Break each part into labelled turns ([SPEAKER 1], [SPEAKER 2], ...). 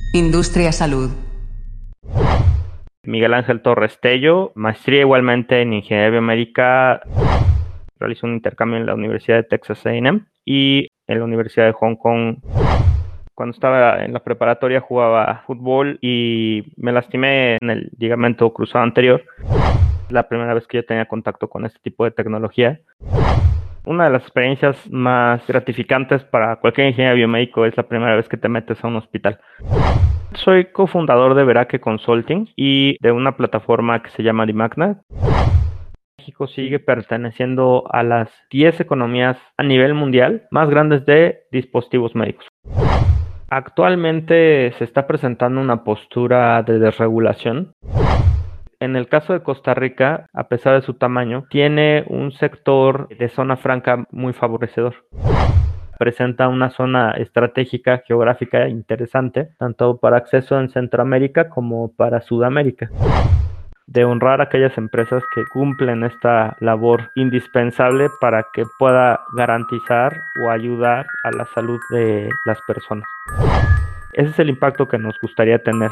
[SPEAKER 1] Industria Salud.
[SPEAKER 2] Miguel Ángel Torres Tello, maestría igualmente en Ingeniería Biomédica. Realizó un intercambio en la Universidad de Texas A&M y en la Universidad de Hong Kong. Cuando estaba en la preparatoria jugaba fútbol y me lastimé en el ligamento cruzado anterior. La primera vez que yo tenía contacto con este tipo de tecnología. Una de las experiencias más gratificantes para cualquier ingeniero biomédico es la primera vez que te metes a un hospital. Soy cofundador de Veraque Consulting y de una plataforma que se llama DiMagna. México sigue perteneciendo a las 10 economías a nivel mundial más grandes de dispositivos médicos. Actualmente se está presentando una postura de desregulación. En el caso de Costa Rica, a pesar de su tamaño, tiene un sector de zona franca muy favorecedor. Presenta una zona estratégica geográfica interesante, tanto para acceso en Centroamérica como para Sudamérica. De honrar a aquellas empresas que cumplen esta labor indispensable para que pueda garantizar o ayudar a la salud de las personas. Ese es el impacto que nos gustaría tener.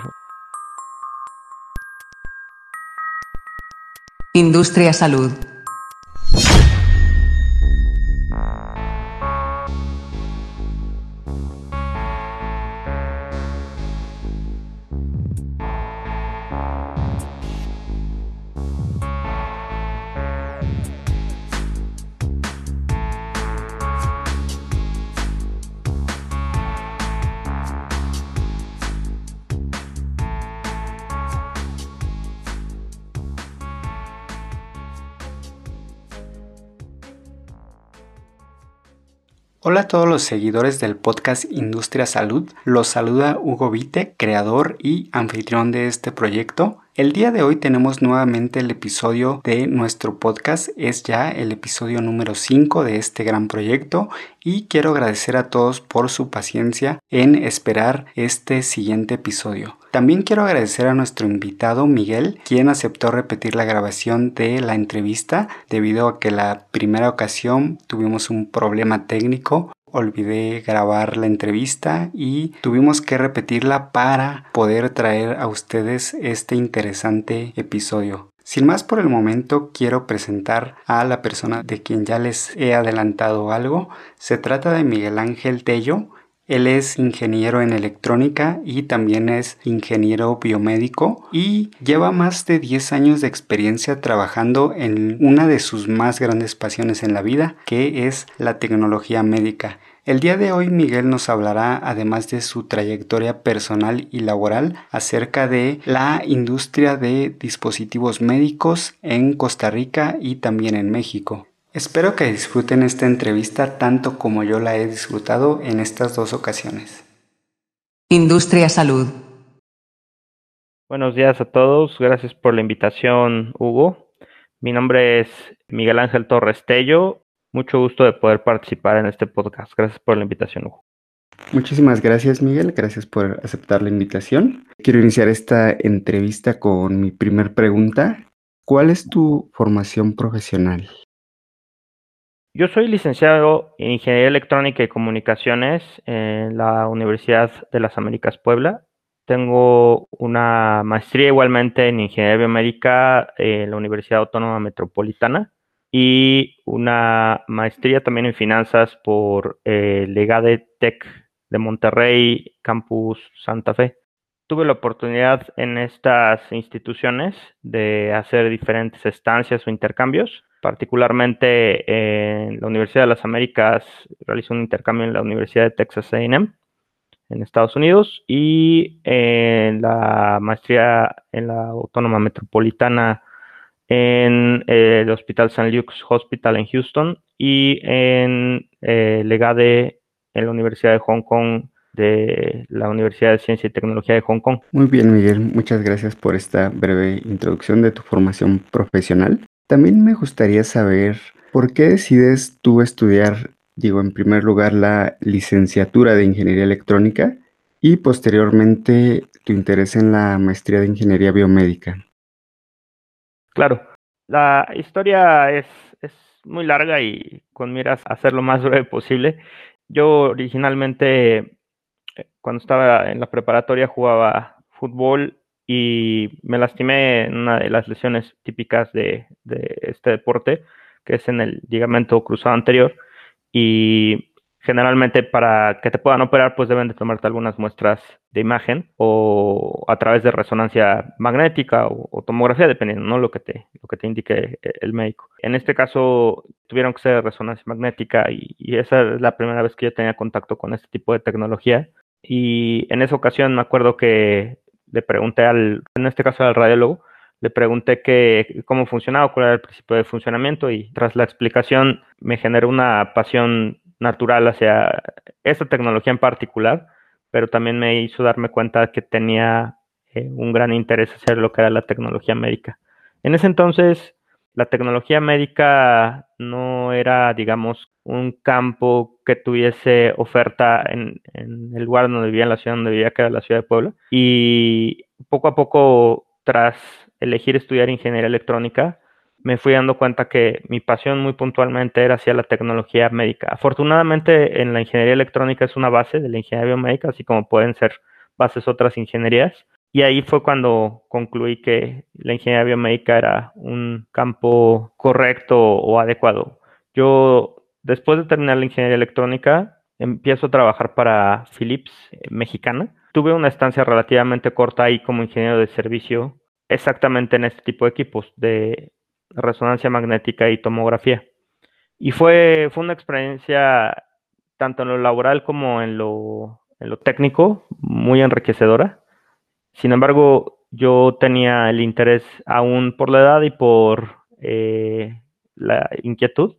[SPEAKER 1] Industria Salud.
[SPEAKER 3] Hola a todos los seguidores del podcast Industria Salud, los saluda Hugo Vite, creador y anfitrión de este proyecto. El día de hoy tenemos nuevamente el episodio de nuestro podcast, es ya el episodio número 5 de este gran proyecto y quiero agradecer a todos por su paciencia en esperar este siguiente episodio. También quiero agradecer a nuestro invitado Miguel, quien aceptó repetir la grabación de la entrevista debido a que la primera ocasión tuvimos un problema técnico. Olvidé grabar la entrevista y tuvimos que repetirla para poder traer a ustedes este interesante episodio. Sin más por el momento, quiero presentar a la persona de quien ya les he adelantado algo. Se trata de Miguel Ángel Tello. Él es ingeniero en electrónica y también es ingeniero biomédico y lleva más de 10 años de experiencia trabajando en una de sus más grandes pasiones en la vida, que es la tecnología médica. El día de hoy Miguel nos hablará, además de su trayectoria personal y laboral, acerca de la industria de dispositivos médicos en Costa Rica y también en México. Espero que disfruten esta entrevista tanto como yo la he disfrutado en estas dos ocasiones.
[SPEAKER 1] Industria Salud.
[SPEAKER 2] Buenos días a todos, gracias por la invitación, Hugo. Mi nombre es Miguel Ángel Torres Tello. Mucho gusto de poder participar en este podcast. Gracias por la invitación, Hugo.
[SPEAKER 3] Muchísimas gracias, Miguel. Gracias por aceptar la invitación. Quiero iniciar esta entrevista con mi primer pregunta. ¿Cuál es tu formación profesional?
[SPEAKER 2] Yo soy licenciado en Ingeniería Electrónica y Comunicaciones en la Universidad de las Américas Puebla. Tengo una maestría igualmente en Ingeniería Biomédica en la Universidad Autónoma Metropolitana y una maestría también en finanzas por Legade Tech de Monterrey, Campus Santa Fe. Tuve la oportunidad en estas instituciones de hacer diferentes estancias o intercambios. Particularmente en la Universidad de las Américas realizó un intercambio en la Universidad de Texas A&M en Estados Unidos y en la maestría en la Autónoma Metropolitana en el Hospital St. Luke's Hospital en Houston y en Legade en la Universidad de Hong Kong de la Universidad de Ciencia y Tecnología de Hong Kong.
[SPEAKER 3] Muy bien, Miguel. Muchas gracias por esta breve introducción de tu formación profesional. También me gustaría saber por qué decides tú estudiar, en primer lugar, la licenciatura de Ingeniería Electrónica y posteriormente tu interés en la maestría de Ingeniería Biomédica.
[SPEAKER 2] Claro, la historia es muy larga y con miras a ser lo más breve posible. Yo originalmente, cuando estaba en la preparatoria jugaba fútbol y me lastimé en una de las lesiones típicas de este deporte, que es en el ligamento cruzado anterior. Y generalmente para que te puedan operar, pues deben de tomarte algunas muestras de imagen o a través de resonancia magnética o tomografía, dependiendo, ¿no? Lo que te indique el médico. En este caso tuvieron que ser resonancia magnética y esa es la primera vez que yo tenía contacto con este tipo de tecnología. Y en esa ocasión me acuerdo que le pregunté en este caso al radiólogo, le pregunté cómo funcionaba, cuál era el principio de funcionamiento y tras la explicación me generó una pasión natural hacia esta tecnología en particular, pero también me hizo darme cuenta que tenía un gran interés hacia lo que era la tecnología médica. En ese entonces, la tecnología médica no era, digamos, un campo que tuviese oferta en el lugar donde vivía, en la ciudad donde vivía, que era la ciudad de Puebla. Y poco a poco, tras elegir estudiar ingeniería electrónica, me fui dando cuenta que mi pasión muy puntualmente era hacia la tecnología médica. Afortunadamente, en la ingeniería electrónica es una base de la ingeniería biomédica, así como pueden ser bases otras ingenierías. Y ahí fue cuando concluí que la ingeniería biomédica era un campo correcto o adecuado. Yo, después de terminar la ingeniería electrónica, empiezo a trabajar para Philips, mexicana. Tuve una estancia relativamente corta ahí como ingeniero de servicio, exactamente en este tipo de equipos de resonancia magnética y tomografía. Y fue una experiencia tanto en lo laboral como en lo técnico muy enriquecedora. Sin embargo, yo tenía el interés aún por la edad y por la inquietud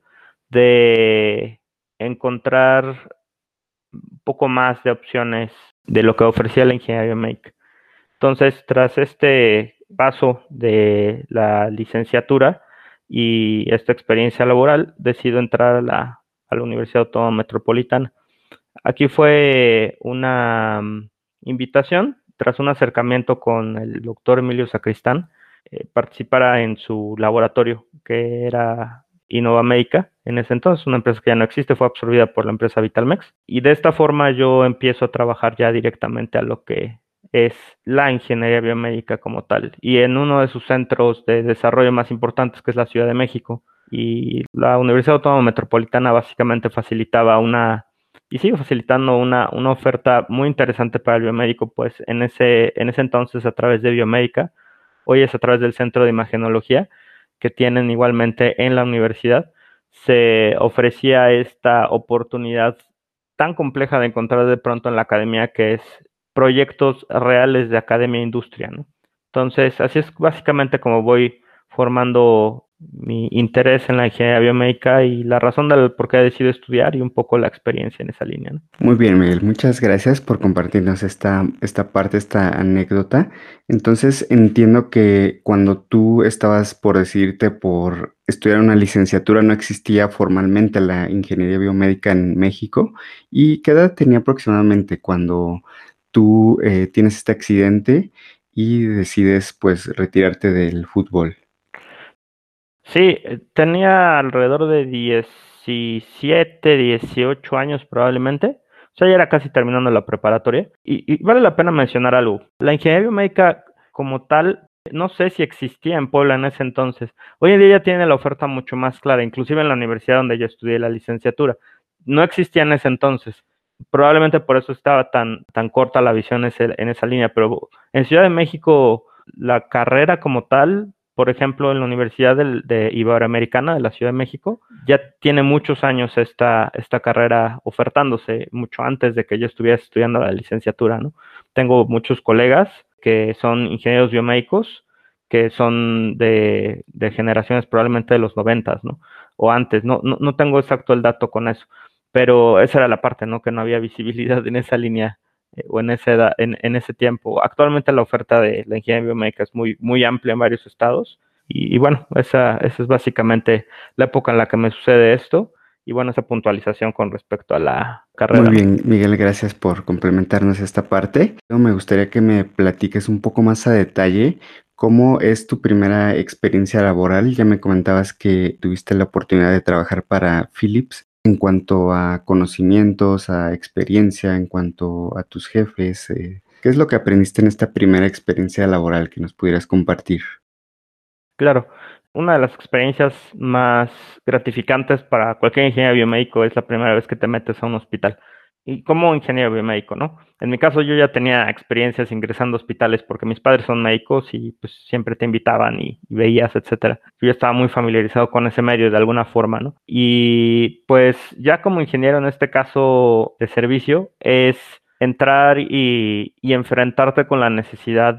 [SPEAKER 2] de encontrar un poco más de opciones de lo que ofrecía la ingeniería biomédica. Entonces, tras este paso de la licenciatura y esta experiencia laboral, decido entrar a la Universidad Autónoma Metropolitana. Aquí fue una invitación, tras un acercamiento con el doctor Emilio Sacristán, participara en su laboratorio, que era Innova Médica, en ese entonces, una empresa que ya no existe, fue absorbida por la empresa Vitalmex. Y de esta forma yo empiezo a trabajar ya directamente a lo que es la ingeniería biomédica como tal, y en uno de sus centros de desarrollo más importantes, que es la Ciudad de México. Y la Universidad Autónoma Metropolitana básicamente facilitaba y sigue facilitando una oferta muy interesante para el biomédico, pues en ese entonces a través de Biomédica, hoy es a través del Centro de Imagenología, que tienen igualmente en la universidad, se ofrecía esta oportunidad tan compleja de encontrar de pronto en la academia, que es proyectos reales de academia e industria, ¿no? Entonces, así es básicamente como voy formando mi interés en la ingeniería biomédica y la razón del por qué he decidido estudiar y un poco la experiencia en esa línea, ¿no?
[SPEAKER 3] Muy bien, Miguel, muchas gracias por compartirnos esta parte, esta anécdota. Entonces, entiendo que cuando tú estabas por decidirte por estudiar una licenciatura, no existía formalmente la ingeniería biomédica en México. ¿Y qué edad tenía aproximadamente cuando tú tienes este accidente y decides pues retirarte del fútbol?
[SPEAKER 2] Sí, tenía alrededor de 17, 18 años probablemente. O sea, ya era casi terminando la preparatoria. Y vale la pena mencionar algo. La ingeniería biomédica como tal, no sé si existía en Puebla en ese entonces. Hoy en día ya tiene la oferta mucho más clara, inclusive en la universidad donde yo estudié la licenciatura. No existía en ese entonces. Probablemente por eso estaba tan corta la visión en esa línea. Pero en Ciudad de México, la carrera como tal, por ejemplo, en la Universidad de Iberoamericana de la Ciudad de México, ya tiene muchos años esta carrera ofertándose, mucho antes de que yo estuviera estudiando la licenciatura, ¿no? Tengo muchos colegas que son ingenieros biomédicos, que son de generaciones probablemente de los 90, ¿no? O antes, no tengo exacto el dato con eso, pero esa era la parte, ¿no? Que no había visibilidad en esa línea o en esa edad, en ese tiempo. Actualmente la oferta de la ingeniería biomédica es muy amplia en varios estados y bueno, esa es básicamente la época en la que me sucede esto y bueno, esa puntualización con respecto a la carrera,
[SPEAKER 3] Muy
[SPEAKER 2] ¿no?
[SPEAKER 3] bien, Miguel, gracias por complementarnos esta parte. Me gustaría que me platiques un poco más a detalle cómo es tu primera experiencia laboral. Ya me comentabas que tuviste la oportunidad de trabajar para Philips. en cuanto a conocimientos, a experiencia, en cuanto a tus jefes? ¿Qué es lo que aprendiste en esta primera experiencia laboral que nos pudieras compartir?
[SPEAKER 2] Claro, una de las experiencias más gratificantes para cualquier ingeniero biomédico es la primera vez que te metes a un hospital. Y como ingeniero biomédico, ¿no? En mi caso yo ya tenía experiencias ingresando a hospitales porque mis padres son médicos y pues siempre te invitaban y veías, etcétera. Yo ya estaba muy familiarizado con ese medio de alguna forma, ¿no? Y pues ya como ingeniero en este caso de servicio es entrar y enfrentarte con la necesidad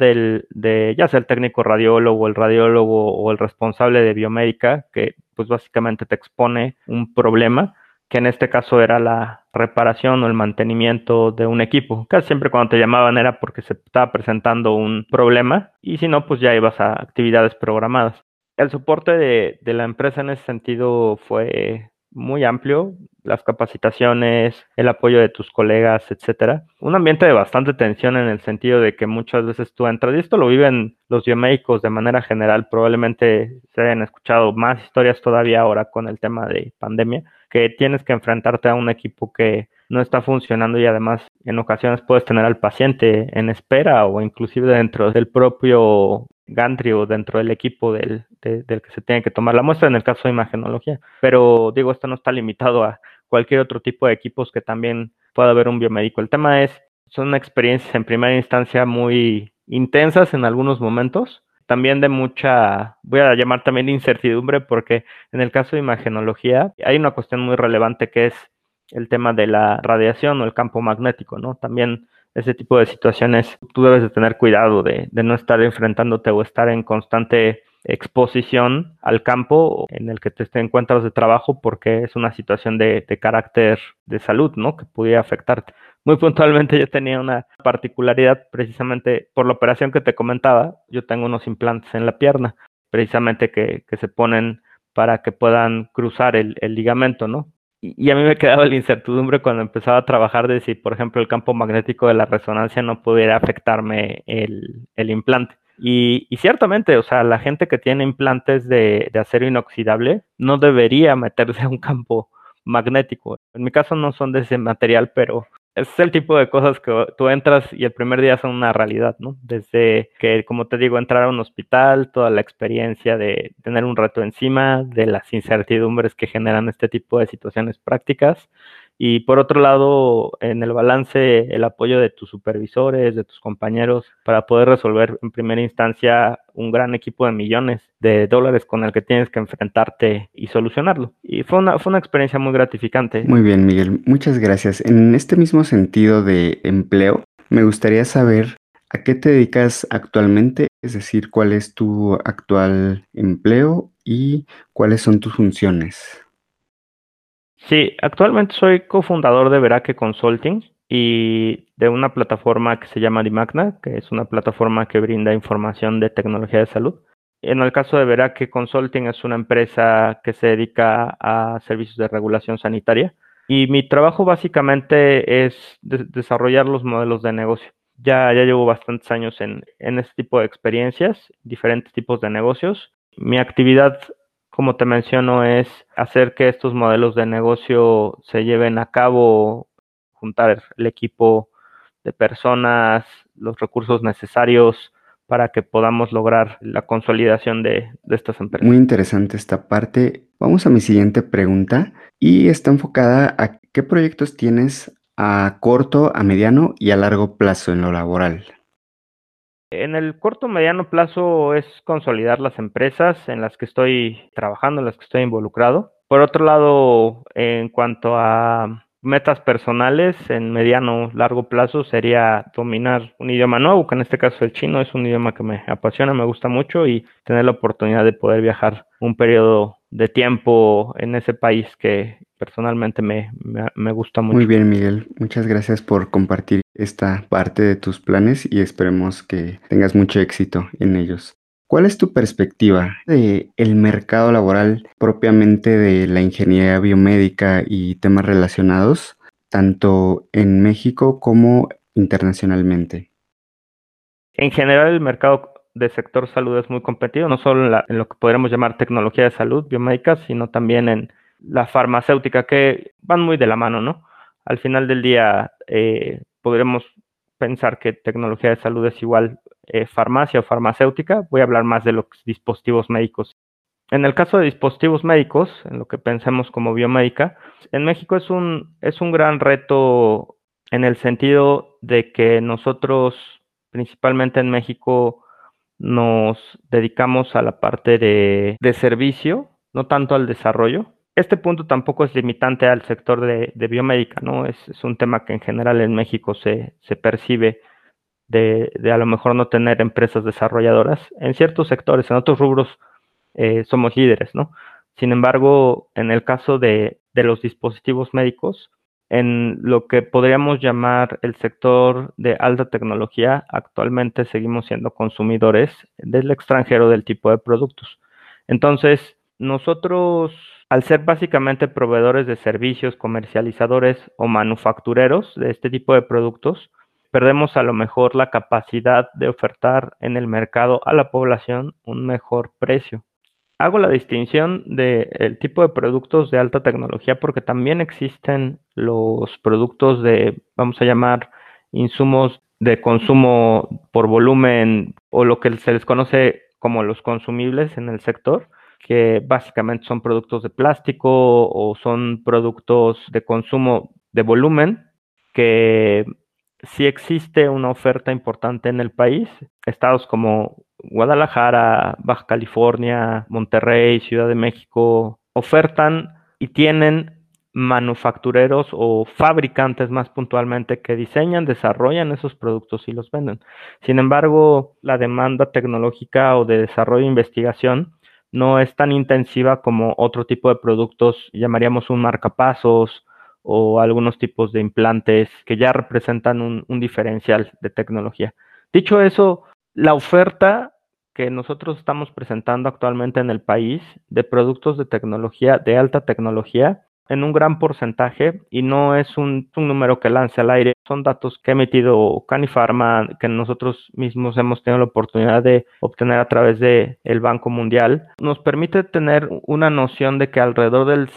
[SPEAKER 2] de ya sea el técnico radiólogo, el radiólogo o el responsable de biomédica, que pues básicamente te expone un problema, que en este caso era la reparación o el mantenimiento de un equipo. Casi siempre cuando te llamaban era porque se estaba presentando un problema y si no, pues ya ibas a actividades programadas. El soporte de la empresa en ese sentido fue muy amplio, las capacitaciones, el apoyo de tus colegas, etcétera. Un ambiente de bastante tensión en el sentido de que muchas veces tú entras, y esto lo viven los biomédicos de manera general, probablemente se hayan escuchado más historias todavía ahora con el tema de pandemia, que tienes que enfrentarte a un equipo que no está funcionando y además en ocasiones puedes tener al paciente en espera o inclusive dentro del propio gantry o dentro del equipo del que se tiene que tomar la muestra en el caso de imagenología. Pero digo, esto no está limitado a cualquier otro tipo de equipos que también pueda haber un biomédico. El tema es, son experiencias en primera instancia muy intensas en algunos momentos, también de mucha, voy a llamar también incertidumbre, porque en el caso de imagenología hay una cuestión muy relevante que es el tema de la radiación o el campo magnético, ¿no? También ese tipo de situaciones tú debes de tener cuidado de no estar enfrentándote o estar en constante exposición al campo en el que te encuentras de trabajo porque es una situación de carácter de salud, ¿no? Que pudiera afectarte. Muy puntualmente yo tenía una particularidad precisamente por la operación que te comentaba. Yo tengo unos implantes en la pierna, precisamente que se ponen para que puedan cruzar el ligamento, ¿no? Y a mí me quedaba la incertidumbre cuando empezaba a trabajar de si, por ejemplo, el campo magnético de la resonancia no pudiera afectarme el implante. Y ciertamente, o sea, la gente que tiene implantes de acero inoxidable no debería meterse a un campo magnético. En mi caso no son de ese material, pero es el tipo de cosas que tú entras y el primer día son una realidad, ¿no? Desde que, como te digo, entrar a un hospital, toda la experiencia de tener un reto encima, de las incertidumbres que generan este tipo de situaciones prácticas. Y por otro lado, en el balance, el apoyo de tus supervisores, de tus compañeros, para poder resolver en primera instancia un gran equipo de millones de dólares con el que tienes que enfrentarte y solucionarlo. Y fue una experiencia muy gratificante.
[SPEAKER 3] Muy bien, Miguel, muchas gracias. En este mismo sentido de empleo, me gustaría saber a qué te dedicas actualmente, es decir, cuál es tu actual empleo y cuáles son tus funciones.
[SPEAKER 2] Sí, actualmente soy cofundador de Veraque Consulting y de una plataforma que se llama Dimagna, que es una plataforma que brinda información de tecnología de salud. En el caso de Veraque Consulting es una empresa que se dedica a servicios de regulación sanitaria y mi trabajo básicamente es desarrollar los modelos de negocio. Ya llevo bastantes años en este tipo de experiencias, diferentes tipos de negocios. Mi actividad, como te menciono, es hacer que estos modelos de negocio se lleven a cabo, juntar el equipo de personas, los recursos necesarios para que podamos lograr la consolidación de estas empresas.
[SPEAKER 3] Muy interesante esta parte. Vamos a mi siguiente pregunta y está enfocada a qué proyectos tienes a corto, a mediano y a largo plazo en lo laboral.
[SPEAKER 2] En el corto mediano plazo es consolidar las empresas en las que estoy trabajando, en las que estoy involucrado. Por otro lado, en cuanto a metas personales, en mediano largo plazo sería dominar un idioma nuevo, que en este caso el chino es un idioma que me apasiona, me gusta mucho y tener la oportunidad de poder viajar un periodo de tiempo en ese país que personalmente me gusta
[SPEAKER 3] Muy
[SPEAKER 2] mucho.
[SPEAKER 3] bien, Miguel. Muchas gracias por compartir esta parte de tus planes y esperemos que tengas mucho éxito en ellos. ¿Cuál es tu perspectiva de el mercado laboral propiamente de la ingeniería biomédica y temas relacionados, tanto en México como internacionalmente?
[SPEAKER 2] En general, el mercado del sector salud es muy competido, no solo en lo que podríamos llamar tecnología de salud biomédica, sino también la farmacéutica, que van muy de la mano, ¿no? Al final del día, podremos pensar que tecnología de salud es igual farmacia o farmacéutica. Voy a hablar más de los dispositivos médicos. En el caso de dispositivos médicos, en lo que pensemos como biomédica, en México es un gran reto en el sentido de que nosotros, principalmente en México, nos dedicamos a la parte de servicio, no tanto al desarrollo. Este punto tampoco es limitante al sector de biomédica, ¿no? Es un tema que en general en México se percibe de a lo mejor no tener empresas desarrolladoras. En ciertos sectores, en otros rubros, somos líderes, ¿no? Sin embargo, en el caso de los dispositivos médicos, en lo que podríamos llamar el sector de alta tecnología, actualmente seguimos siendo consumidores del extranjero del tipo de productos. Entonces, nosotros, al ser básicamente proveedores de servicios, comercializadores o manufactureros de este tipo de productos, perdemos a lo mejor la capacidad de ofertar en el mercado a la población un mejor precio. Hago la distinción del tipo de productos de alta tecnología porque también existen los productos de, vamos a llamar, insumos de consumo por volumen o lo que se les conoce como los consumibles en el sector, que básicamente son productos de plástico o son productos de consumo de volumen que sí existe una oferta importante en el país. Estados como Guadalajara, Baja California, Monterrey, Ciudad de México ofertan y tienen manufactureros o fabricantes más puntualmente que diseñan, desarrollan esos productos y los venden. Sin embargo, la demanda tecnológica o de desarrollo e investigación no es tan intensiva como otro tipo de productos, llamaríamos un marcapasos o algunos tipos de implantes que ya representan un diferencial de tecnología. Dicho eso, la oferta que nosotros estamos presentando actualmente en el país de productos de tecnología, de alta tecnología, en un gran porcentaje, y no es un número que lance al aire, son datos que ha emitido Canifarma, que nosotros mismos hemos tenido la oportunidad de obtener a través del Banco Mundial, nos permite tener una noción de que alrededor del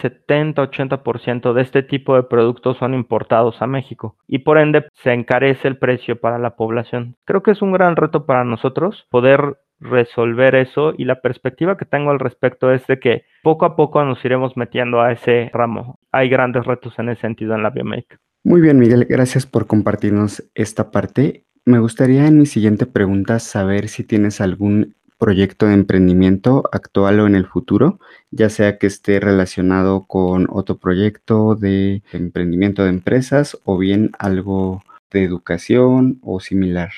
[SPEAKER 2] 70-80% de este tipo de productos son importados a México, y por ende se encarece el precio para la población. Creo que es un gran reto para nosotros poder resolver eso, y la perspectiva que tengo al respecto es de que poco a poco nos iremos metiendo a ese ramo. Hay grandes retos en ese sentido en la biomédica.
[SPEAKER 3] Muy bien, Miguel, gracias por compartirnos esta parte. Me gustaría en mi siguiente pregunta saber si tienes algún proyecto de emprendimiento actual o en el futuro, ya sea que esté relacionado con otro proyecto de emprendimiento de empresas o bien algo de educación o similar.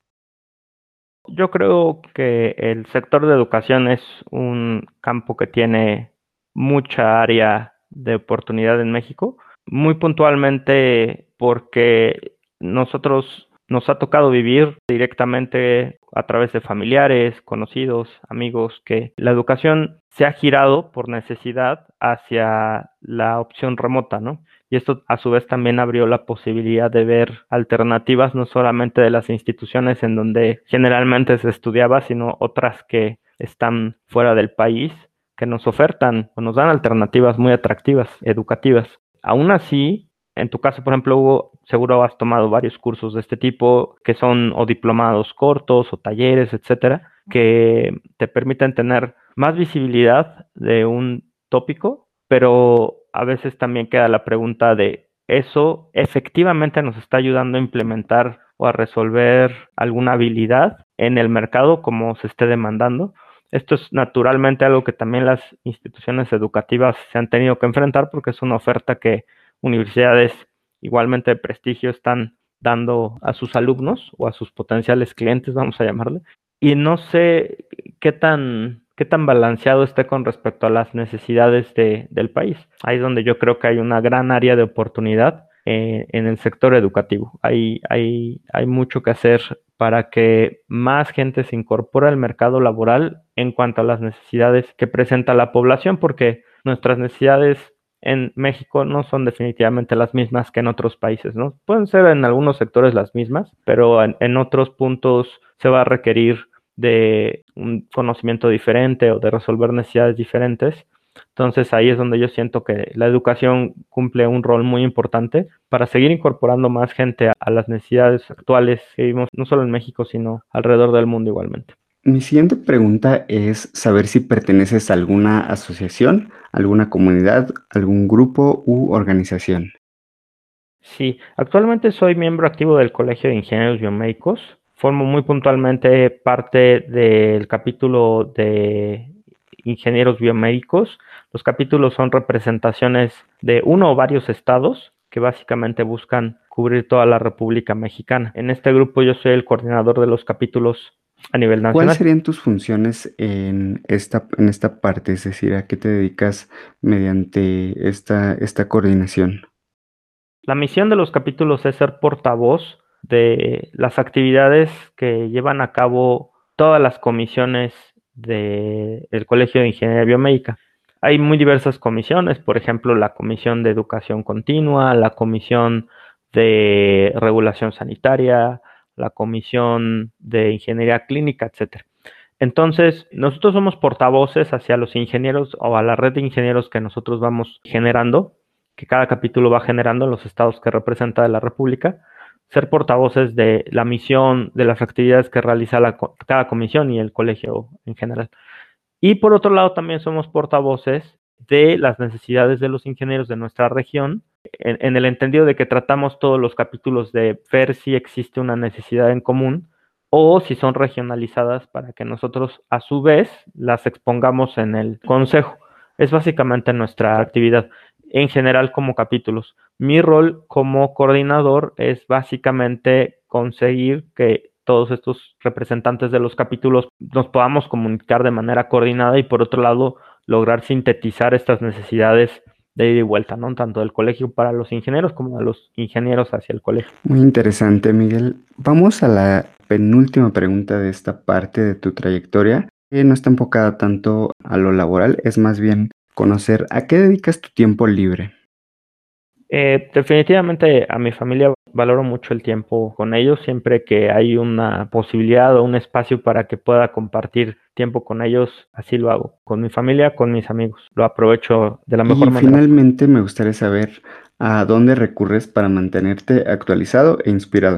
[SPEAKER 2] Yo creo que el sector de educación es un campo que tiene mucha área de oportunidad en México, muy puntualmente porque nosotros nos ha tocado vivir directamente a través de familiares, conocidos, amigos, que la educación se ha girado por necesidad hacia la opción remota, ¿no? Y esto a su vez también abrió la posibilidad de ver alternativas no solamente de las instituciones en donde generalmente se estudiaba, sino otras que están fuera del país, que nos ofertan o nos dan alternativas muy atractivas, educativas. Aún así, en tu caso, por ejemplo, Hugo, seguro has tomado varios cursos de este tipo que son o diplomados cortos o talleres, etcétera, que te permiten tener más visibilidad de un tópico, pero a veces también queda la pregunta de ¿eso efectivamente nos está ayudando a implementar o a resolver alguna habilidad en el mercado como se esté demandando? Esto es naturalmente algo que también las instituciones educativas se han tenido que enfrentar porque es una oferta que universidades igualmente de prestigio están dando a sus alumnos o a sus potenciales clientes, vamos a llamarle. Y no sé qué tan balanceado esté con respecto a las necesidades del país. Ahí es donde yo creo que hay una gran área de oportunidad en el sector educativo. Hay mucho que hacer para que más gente se incorpore al mercado laboral en cuanto a las necesidades que presenta la población, porque nuestras necesidades en México no son definitivamente las mismas que en otros países, ¿no? Pueden ser en algunos sectores las mismas, pero en otros puntos se va a requerir de un conocimiento diferente o de resolver necesidades diferentes. Entonces ahí es donde yo siento que la educación cumple un rol muy importante para seguir incorporando más gente a las necesidades actuales que vivimos no solo en México, sino alrededor del mundo igualmente.
[SPEAKER 3] Mi siguiente pregunta es saber si perteneces a alguna asociación, alguna comunidad, algún grupo u organización.
[SPEAKER 2] Sí, actualmente soy miembro activo del Colegio de Ingenieros Biomédicos. Formo muy puntualmente parte del capítulo de Ingenieros Biomédicos. Los capítulos son representaciones de uno o varios estados que básicamente buscan cubrir toda la República Mexicana. En este grupo yo soy el coordinador de los capítulos a nivel
[SPEAKER 3] ¿Cuáles
[SPEAKER 2] nacional.
[SPEAKER 3] serían tus funciones en esta parte? Es decir, ¿a qué te dedicas mediante esta coordinación?
[SPEAKER 2] La misión de los capítulos es ser portavoz de las actividades que llevan a cabo todas las comisiones del Colegio de Ingeniería Biomédica. Hay muy diversas comisiones, por ejemplo, la Comisión de Educación Continua, la Comisión de Regulación Sanitaria, la Comisión de Ingeniería Clínica, etcétera. Entonces, nosotros somos portavoces hacia los ingenieros o a la red de ingenieros que nosotros vamos generando, que cada capítulo va generando en los estados que representa de la República, ser portavoces de la misión, de las actividades que realiza cada comisión y el colegio en general. Y por otro lado, también somos portavoces de las necesidades de los ingenieros de nuestra región, en el entendido de que tratamos todos los capítulos de ver si existe una necesidad en común o si son regionalizadas para que nosotros a su vez las expongamos en el consejo. Es básicamente nuestra actividad en general como capítulos. Mi rol como coordinador es básicamente conseguir que todos estos representantes de los capítulos nos podamos comunicar de manera coordinada y por otro lado lograr sintetizar estas necesidades de ida y vuelta, ¿no? Tanto del colegio para los ingenieros como de los ingenieros hacia el colegio.
[SPEAKER 3] Muy interesante, Miguel. Vamos a la penúltima pregunta de esta parte de tu trayectoria, que no está enfocada tanto a lo laboral, es más bien conocer a qué dedicas tu tiempo libre.
[SPEAKER 2] Definitivamente a mi familia valoro mucho el tiempo con ellos, siempre que hay una posibilidad o un espacio para que pueda compartir tiempo con ellos, así lo hago, con mi familia, con mis amigos, lo aprovecho de la mejor
[SPEAKER 3] Y
[SPEAKER 2] manera.
[SPEAKER 3] finalmente me gustaría saber a dónde recurres para mantenerte actualizado e inspirado.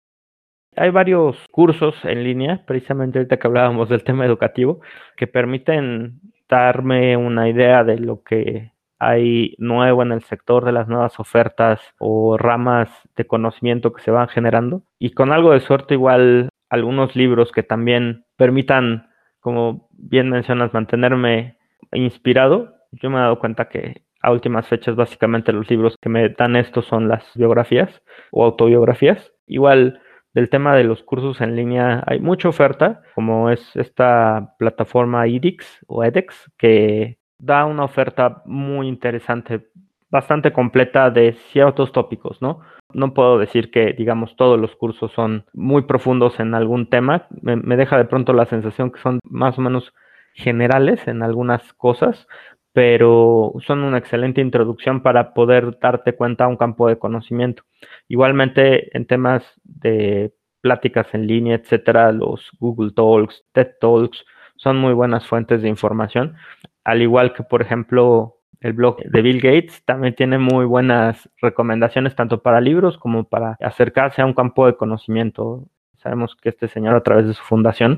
[SPEAKER 2] Hay varios cursos en línea, precisamente ahorita que hablábamos del tema educativo, que permiten darme una idea de lo que hay nuevo en el sector, de las nuevas ofertas o ramas de conocimiento que se van generando. Y con algo de suerte, igual algunos libros que también permitan, como bien mencionas, mantenerme inspirado. Yo me he dado cuenta que a últimas fechas básicamente los libros que me dan esto son las biografías o autobiografías. Igual del tema de los cursos en línea hay mucha oferta, como es esta plataforma edX o edX, que da una oferta muy interesante, bastante completa de ciertos tópicos, ¿no? No puedo decir que, digamos, todos los cursos son muy profundos en algún tema, me deja de pronto la sensación que son más o menos generales en algunas cosas, pero son una excelente introducción para poder darte cuenta a un campo de conocimiento. Igualmente en temas de pláticas en línea, etcétera, los Google Talks, TED Talks son muy buenas fuentes de información, al igual que por ejemplo el blog de Bill Gates también tiene muy buenas recomendaciones tanto para libros como para acercarse a un campo de conocimiento. Sabemos que este señor a través de su fundación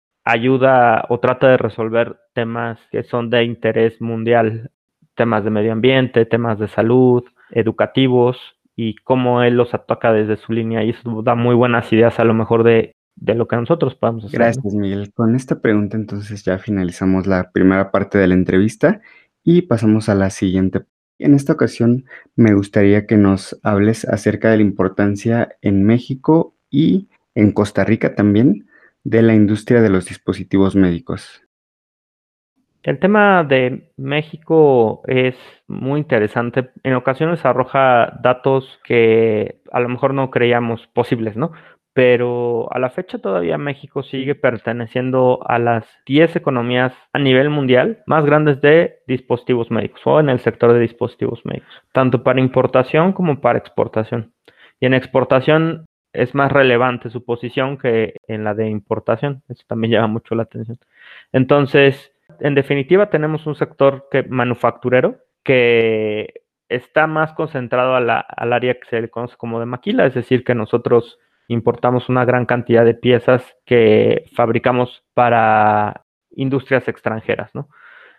[SPEAKER 2] ayuda o trata de resolver temas que son de interés mundial, temas de medio ambiente, temas de salud, educativos y cómo él los ataca desde su línea y eso da muy buenas ideas a lo mejor de lo que nosotros podemos hacer, ¿no?
[SPEAKER 3] Gracias, Miguel. Con esta pregunta entonces ya finalizamos la primera parte de la entrevista y pasamos a la siguiente. En esta ocasión me gustaría que nos hables acerca de la importancia en México y en Costa Rica también de la industria de los dispositivos médicos.
[SPEAKER 2] El tema de México es muy interesante. En ocasiones arroja datos que a lo mejor no creíamos posibles, ¿no? Pero a la fecha todavía México sigue perteneciendo a las 10 economías a nivel mundial más grandes de dispositivos médicos o en el sector de dispositivos médicos, tanto para importación como para exportación. Y en exportación es más relevante su posición que en la de importación. Eso también llama mucho la atención. Entonces, En definitiva, tenemos un sector manufacturero que está más concentrado al área que se le conoce como de maquila, es decir, que nosotros importamos una gran cantidad de piezas que fabricamos para industrias extranjeras, ¿no?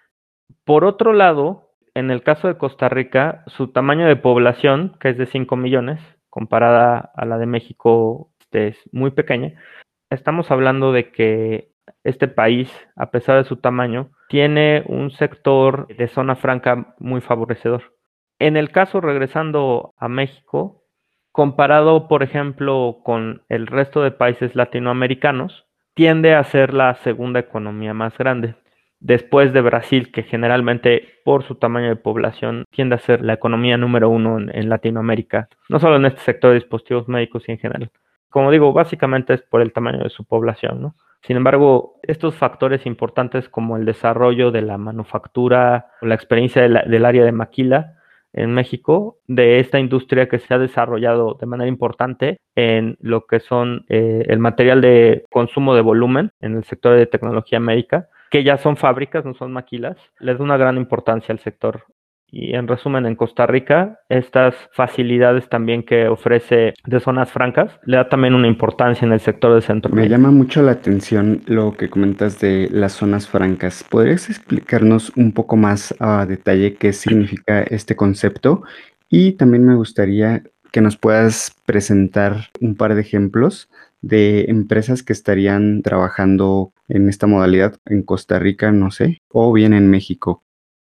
[SPEAKER 2] Por otro lado, en el caso de Costa Rica, su tamaño de población, que es de 5 millones, comparada a la de México, es muy pequeña. Estamos hablando de que este país, a pesar de su tamaño, tiene un sector de zona franca muy favorecedor. En el caso, regresando a México, comparado, por ejemplo, con el resto de países latinoamericanos, tiende a ser la segunda economía más grande, después de Brasil, que generalmente por su tamaño de población tiende a ser la economía número uno en Latinoamérica, no solo en este sector de dispositivos médicos y en general. Como digo, básicamente es por el tamaño de su población, ¿no? Sin embargo, estos factores importantes como el desarrollo de la manufactura o la experiencia del área de maquila en México, de esta industria que se ha desarrollado de manera importante en lo que son el material de consumo de volumen en el sector de tecnología médica, que ya son fábricas, no son maquilas, les da una gran importancia al sector. Y en resumen, en Costa Rica, estas facilidades también que ofrece de zonas francas, le da también una importancia en el sector de
[SPEAKER 3] Me llama mucho la atención lo que comentas de las zonas francas. ¿Podrías explicarnos un poco más a detalle qué significa este concepto? Y también me gustaría que nos puedas presentar un par de ejemplos de empresas que estarían trabajando en esta modalidad en Costa Rica, no sé, o bien en México.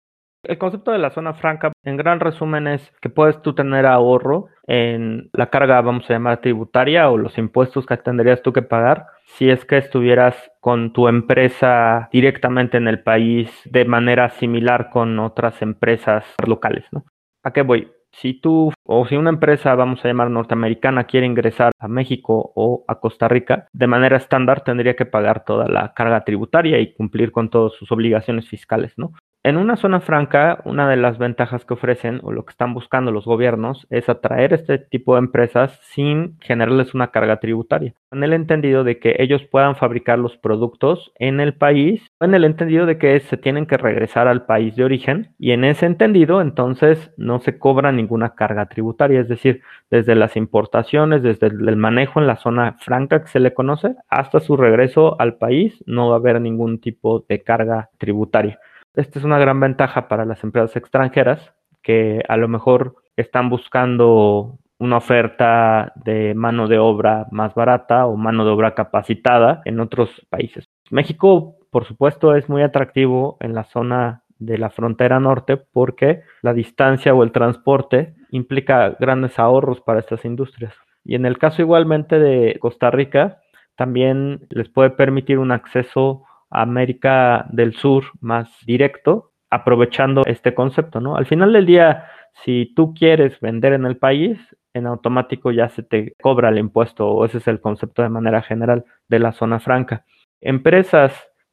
[SPEAKER 2] El concepto de la zona franca, en gran resumen, es que puedes tú tener ahorro en la carga, vamos a llamar tributaria, o los impuestos que tendrías tú que pagar si es que estuvieras con tu empresa directamente en el país de manera similar con otras empresas locales, ¿no? ¿A qué voy? Si tú o si una empresa, vamos a llamar norteamericana, quiere ingresar a México o a Costa Rica, de manera estándar tendría que pagar toda la carga tributaria y cumplir con todas sus obligaciones fiscales, ¿no? En una zona franca, una de las ventajas que ofrecen o lo que están buscando los gobiernos es atraer este tipo de empresas sin generarles una carga tributaria, en el entendido de que ellos puedan fabricar los productos en el país, en el entendido de que se tienen que regresar al país de origen y en ese entendido entonces no se cobra ninguna carga tributaria, es decir, desde las importaciones, desde el manejo en la zona franca que se le conoce, hasta su regreso al país no va a haber ningún tipo de carga tributaria. Esta es una gran ventaja para las empresas extranjeras que a lo mejor están buscando una oferta de mano de obra más barata o mano de obra capacitada en otros países. México, por supuesto, es muy atractivo en la zona de la frontera norte porque la distancia o el transporte implica grandes ahorros para estas industrias. Y en el caso igualmente de Costa Rica, también les puede permitir un acceso América del Sur más directo, aprovechando este concepto, ¿no? Al final del día, si tú quieres vender en el país, en automático ya se te cobra el impuesto, o ese es el concepto de manera general de la zona franca. Empresas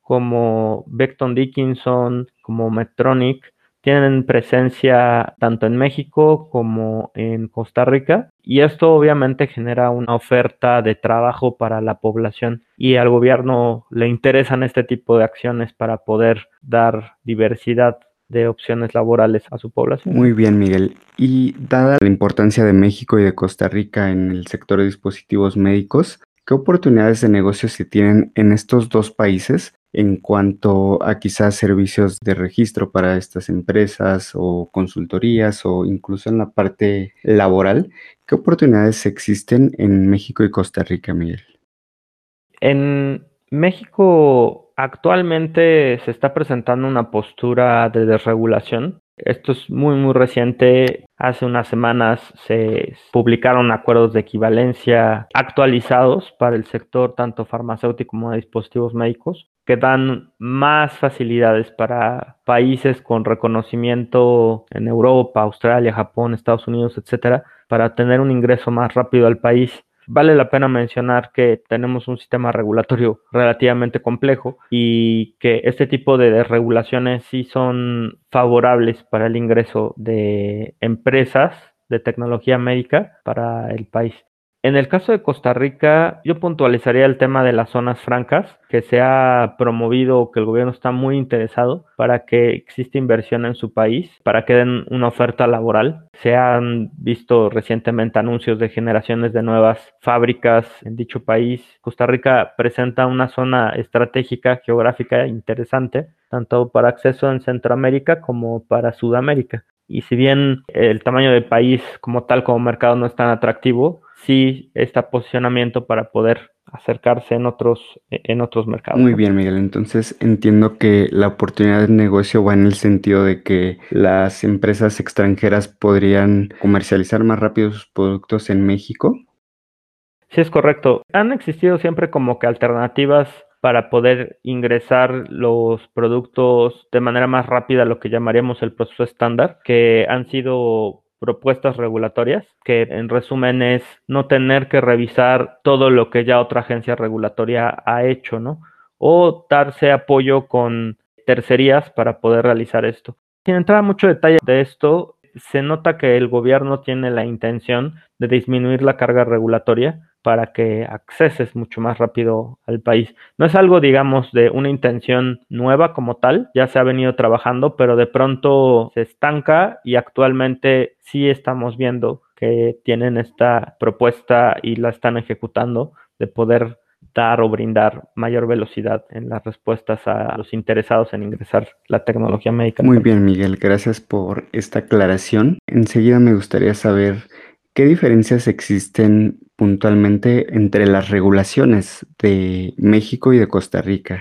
[SPEAKER 2] como Becton Dickinson, como Medtronic, tienen presencia tanto en México como en Costa Rica y esto obviamente genera una oferta de trabajo para la población y al gobierno le interesan este tipo de acciones para poder dar diversidad de opciones laborales a su población.
[SPEAKER 3] Muy bien, Miguel. Y dada la importancia de México y de Costa Rica en el sector de dispositivos médicos, ¿qué oportunidades de negocio se tienen en estos dos países en cuanto a quizás servicios de registro para estas empresas o consultorías o incluso en la parte laboral? ¿Qué oportunidades existen en México y Costa Rica, Miguel?
[SPEAKER 2] En México actualmente se está presentando una postura de desregulación. Esto es muy reciente. Hace unas semanas se publicaron acuerdos de equivalencia actualizados para el sector tanto farmacéutico como de dispositivos médicos que dan más facilidades para países con reconocimiento en Europa, Australia, Japón, Estados Unidos, etcétera, para tener un ingreso más rápido al país. Vale la pena mencionar que tenemos un sistema regulatorio relativamente complejo y que este tipo de desregulaciones sí son favorables para el ingreso de empresas de tecnología médica para el país. En el caso de Costa Rica, yo puntualizaría el tema de las zonas francas, que se ha promovido, que el gobierno está muy interesado para que exista inversión en su país, para que den una oferta laboral. Se han visto recientemente anuncios de generaciones de nuevas fábricas en dicho país. Costa Rica presenta una zona estratégica geográfica interesante, tanto para acceso en Centroamérica como para Sudamérica. Y si bien el tamaño del país como tal, como mercado, no es tan atractivo, sí está posicionamiento para poder acercarse en otros mercados,
[SPEAKER 3] Muy
[SPEAKER 2] ¿no?
[SPEAKER 3] bien, Miguel. Entonces entiendo que la oportunidad de negocio va en el sentido de que las empresas extranjeras podrían comercializar más rápido sus productos en México.
[SPEAKER 2] Sí, es correcto. Han existido siempre como que alternativas para poder ingresar los productos de manera más rápida a lo que llamaríamos el proceso estándar, que han sido propuestas regulatorias, que en resumen es no tener que revisar todo lo que ya otra agencia regulatoria ha hecho, ¿no? O darse apoyo con tercerías para poder realizar esto. Sin entrar a mucho detalle de esto, se nota que el gobierno tiene la intención de disminuir la carga regulatoria para que acceses mucho más rápido al país. No es algo, digamos, de una intención nueva como tal, ya se ha venido trabajando, pero de pronto se estanca y actualmente sí estamos viendo que tienen esta propuesta y la están ejecutando de poder dar o brindar mayor velocidad en las respuestas a los interesados en ingresar la tecnología médica al
[SPEAKER 3] Muy
[SPEAKER 2] país.
[SPEAKER 3] bien, Miguel. Gracias por esta aclaración. Enseguida me gustaría saber qué diferencias existen puntualmente entre las regulaciones de México y de Costa Rica.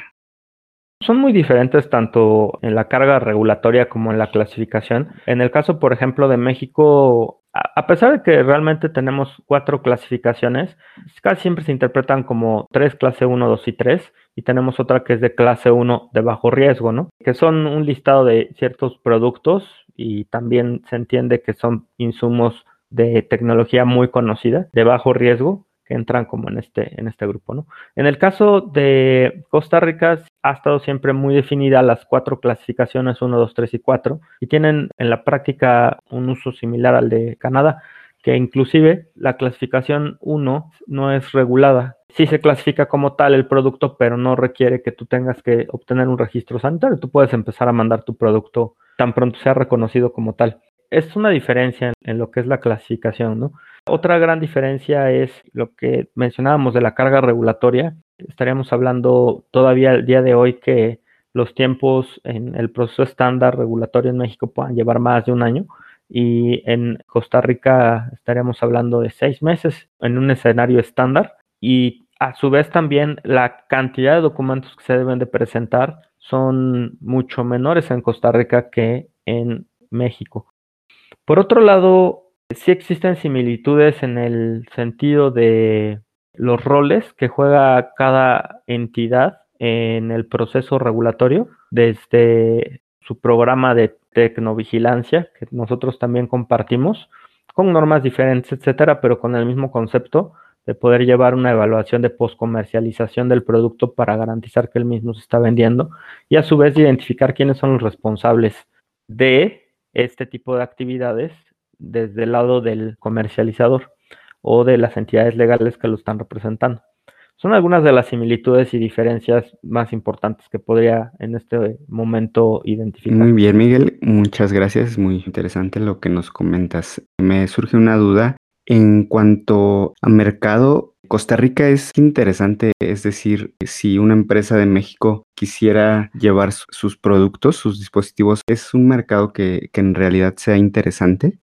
[SPEAKER 2] Son muy diferentes tanto en la carga regulatoria como en la clasificación. En el caso, por ejemplo, de México, a pesar de que realmente tenemos 4 clasificaciones, casi siempre se interpretan como 3, clase 1, 2 y 3, y tenemos otra que es de clase 1 de bajo riesgo, ¿no? Que son un listado de ciertos productos y también se entiende que son insumos de tecnología muy conocida, de bajo riesgo, que entran como en este grupo, ¿no? En el caso de Costa Rica, ha estado siempre muy definida las 4 clasificaciones, 1, 2, 3 y 4, y tienen en la práctica un uso similar al de Canadá, que inclusive la clasificación 1 no es regulada. Sí se clasifica como tal el producto, pero no requiere que tú tengas que obtener un registro sanitario. Tú puedes empezar a mandar tu producto tan pronto sea reconocido como tal. Es una diferencia en lo que es la clasificación, ¿no? Otra gran diferencia es lo que mencionábamos de la carga regulatoria. Estaríamos hablando todavía el día de hoy que los tiempos en el proceso estándar regulatorio en México puedan llevar más de un año y en Costa Rica estaríamos hablando de 6 meses en un escenario estándar y a su vez también la cantidad de documentos que se deben de presentar son mucho menores en Costa Rica que en México. Por otro lado, sí existen similitudes en el sentido de los roles que juega cada entidad en el proceso regulatorio, desde su programa de tecnovigilancia, que nosotros también compartimos, con normas diferentes, etcétera, pero con el mismo concepto de poder llevar una evaluación de poscomercialización del producto para garantizar que el mismo se está vendiendo y a su vez identificar quiénes son los responsables de este tipo de actividades desde el lado del comercializador o de las entidades legales que lo están representando. Son algunas de las similitudes y diferencias más importantes que podría en este momento identificar.
[SPEAKER 3] Muy bien, Miguel. Muchas gracias. Es muy interesante lo que nos comentas. Me surge una duda en cuanto a mercado. Costa Rica es interesante, es decir, si una empresa de México quisiera llevar sus productos, sus dispositivos, ¿es un mercado que en realidad sea interesante?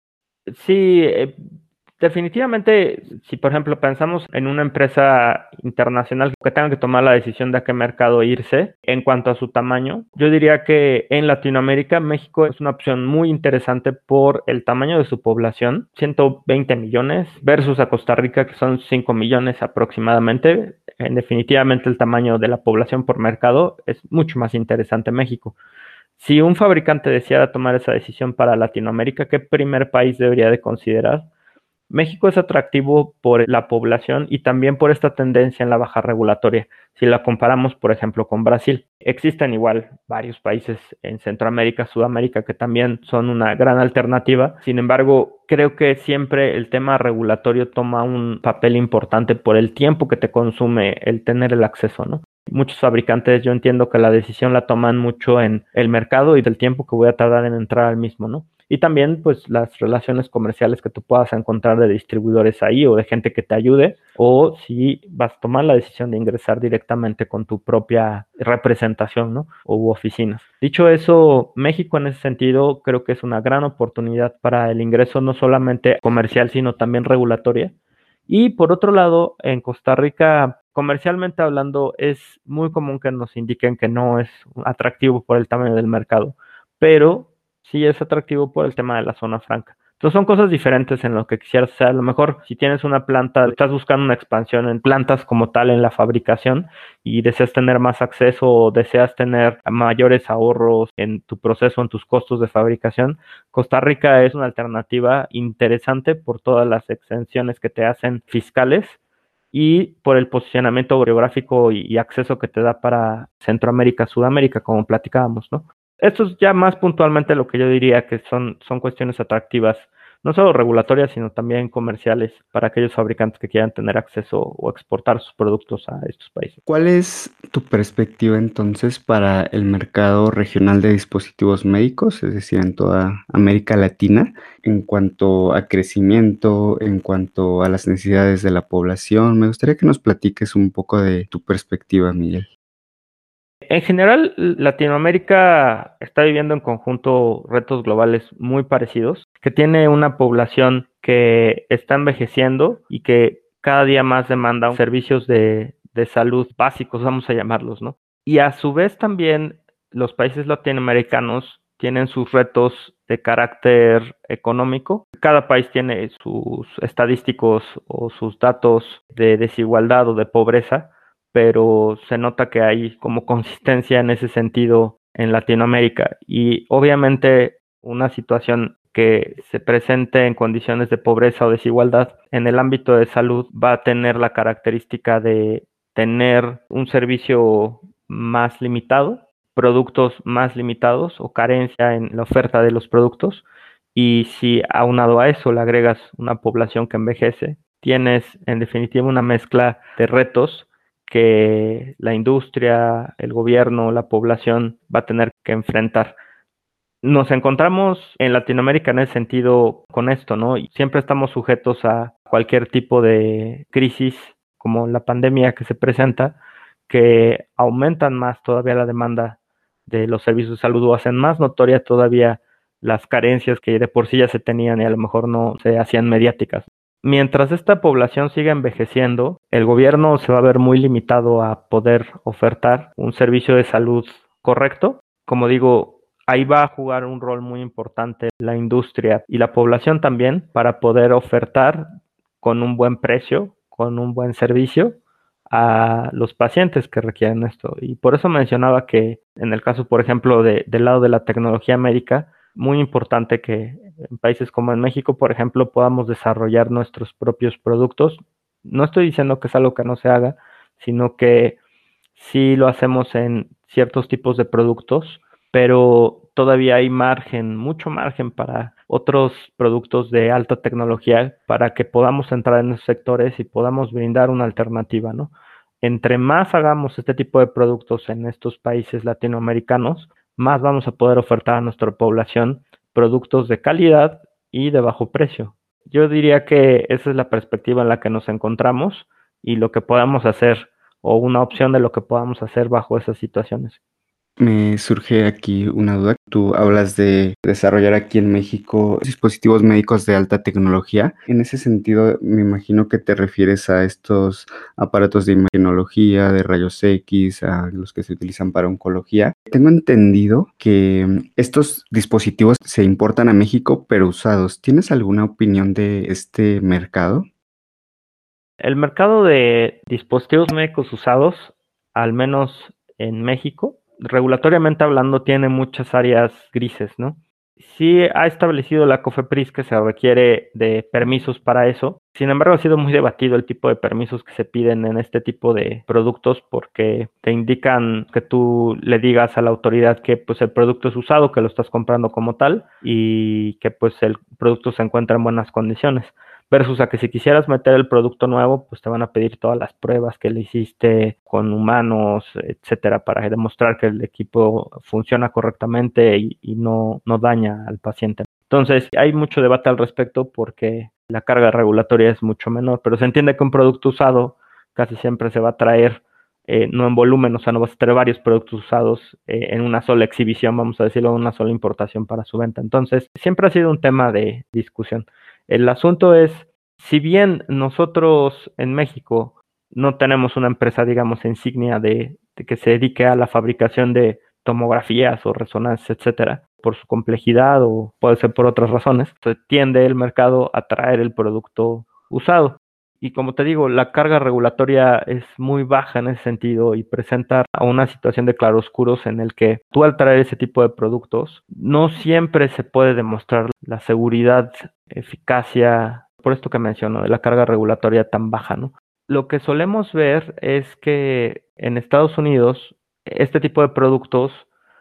[SPEAKER 2] Sí, definitivamente, si por ejemplo pensamos en una empresa internacional que tenga que tomar la decisión de a qué mercado irse en cuanto a su tamaño, yo diría que en Latinoamérica México es una opción muy interesante por el tamaño de su población, 120 millones versus a Costa Rica que son 5 millones aproximadamente. Definitivamente el tamaño de la población por mercado es mucho más interesante México. Si un fabricante deseara tomar esa decisión para Latinoamérica, ¿qué primer país debería de considerar? México es atractivo por la población y también por esta tendencia en la baja regulatoria. Si la comparamos, por ejemplo, con Brasil, existen igual varios países en Centroamérica, Sudamérica, que también son una gran alternativa. Sin embargo, creo que siempre el tema regulatorio toma un papel importante por el tiempo que te consume el tener el acceso, ¿no? Muchos fabricantes, yo entiendo que la decisión la toman mucho en el mercado y del tiempo que voy a tardar en entrar al mismo, ¿no? Y también, pues, las relaciones comerciales que tú puedas encontrar de distribuidores ahí o de gente que te ayude, o si vas a tomar la decisión de ingresar directamente con tu propia representación, ¿no? O oficinas. Dicho eso, México en ese sentido creo que es una gran oportunidad para el ingreso no solamente comercial, sino también regulatoria. Y por otro lado, en Costa Rica, comercialmente hablando, es muy común que nos indiquen que no es atractivo por el tamaño del mercado, pero sí es atractivo por el tema de la zona franca. Entonces son cosas diferentes en lo que quisieras hacer. A lo mejor si tienes una planta, estás buscando una expansión en plantas como tal en la fabricación y deseas tener más acceso o deseas tener mayores ahorros en tu proceso, en tus costos de fabricación, Costa Rica es una alternativa interesante por todas las exenciones que te hacen fiscales y por el posicionamiento geográfico y acceso que te da para Centroamérica, Sudamérica, como platicábamos, ¿no? Esto es ya más puntualmente lo que yo diría que son cuestiones atractivas, no solo regulatorias, sino también comerciales para aquellos fabricantes que quieran tener acceso o exportar sus productos a estos países.
[SPEAKER 3] ¿Cuál es tu perspectiva entonces para el mercado regional de dispositivos médicos, es decir, en toda América Latina, en cuanto a crecimiento, en cuanto a las necesidades de la población? Me gustaría que nos platiques un poco de tu perspectiva, Miguel.
[SPEAKER 2] En general, Latinoamérica está viviendo en conjunto retos globales muy parecidos, que tiene una población que está envejeciendo y que cada día más demanda servicios de salud básicos, vamos a llamarlos, ¿no? Y a su vez también los países latinoamericanos tienen sus retos de carácter económico. Cada país tiene sus estadísticos o sus datos de desigualdad o de pobreza, pero se nota que hay como consistencia en ese sentido en Latinoamérica. Y obviamente una situación que se presente en condiciones de pobreza o desigualdad en el ámbito de salud va a tener la característica de tener un servicio más limitado, productos más limitados o carencia en la oferta de los productos. Y si aunado a eso le agregas una población que envejece, tienes en definitiva una mezcla de retos que la industria, el gobierno, la población va a tener que enfrentar. Nos encontramos en Latinoamérica en ese sentido con esto, ¿no? Y siempre estamos sujetos a cualquier tipo de crisis como la pandemia que se presenta, que aumentan más todavía la demanda de los servicios de salud o hacen más notoria todavía las carencias que de por sí ya se tenían y a lo mejor no se hacían mediáticas. Mientras esta población siga envejeciendo, el gobierno se va a ver muy limitado a poder ofertar un servicio de salud correcto. Como digo, ahí va a jugar un rol muy importante la industria y la población también para poder ofertar con un buen precio, con un buen servicio a los pacientes que requieren esto. Y por eso mencionaba que en el caso, por ejemplo, del lado de la tecnología médica, muy importante que en países como en México, por ejemplo, podamos desarrollar nuestros propios productos. No estoy diciendo que es algo que no se haga, sino que sí lo hacemos en ciertos tipos de productos, pero todavía hay margen, mucho margen para otros productos de alta tecnología para que podamos entrar en esos sectores y podamos brindar una alternativa, ¿no? Entre más hagamos este tipo de productos en estos países latinoamericanos, más vamos a poder ofertar a nuestra población productos de calidad y de bajo precio. Yo diría que esa es la perspectiva en la que nos encontramos y lo que podamos hacer o una opción de lo que podamos hacer bajo esas situaciones.
[SPEAKER 3] Me surge aquí una duda. Tú hablas de desarrollar aquí en México dispositivos médicos de alta tecnología. En ese sentido, me imagino que te refieres a estos aparatos de imagenología, de rayos X, a los que se utilizan para oncología. Tengo entendido que estos dispositivos se importan a México, pero usados. ¿Tienes alguna opinión de este mercado?
[SPEAKER 2] El mercado de dispositivos médicos usados, al menos en México, regulatoriamente hablando, tiene muchas áreas grises, ¿no? Sí ha establecido la COFEPRIS que se requiere de permisos para eso. Sin embargo, ha sido muy debatido el tipo de permisos que se piden en este tipo de productos porque te indican que tú le digas a la autoridad que pues el producto es usado, que lo estás comprando como tal y que pues el producto se encuentra en buenas condiciones. Versus a que si quisieras meter el producto nuevo, pues te van a pedir todas las pruebas que le hiciste con humanos, etcétera, para demostrar que el equipo funciona correctamente y no daña al paciente. Entonces, hay mucho debate al respecto porque la carga regulatoria es mucho menor, pero se entiende que un producto usado casi siempre se va a traer no en volumen, o sea, no vas a tener varios productos usados en una sola exhibición, vamos a decirlo, una sola importación para su venta. Entonces, siempre ha sido un tema de discusión. El asunto es, si bien nosotros en México no tenemos una empresa, digamos, insignia de que se dedique a la fabricación de tomografías o resonancias, etcétera, por su complejidad o puede ser por otras razones, se tiende el mercado a traer el producto usado. Y como te digo, la carga regulatoria es muy baja en ese sentido y presenta una situación de claroscuros en el que tú al traer ese tipo de productos no siempre se puede demostrar la seguridad, eficacia, por esto que menciono, de la carga regulatoria tan baja, ¿no? Lo que solemos ver es que en Estados Unidos este tipo de productos,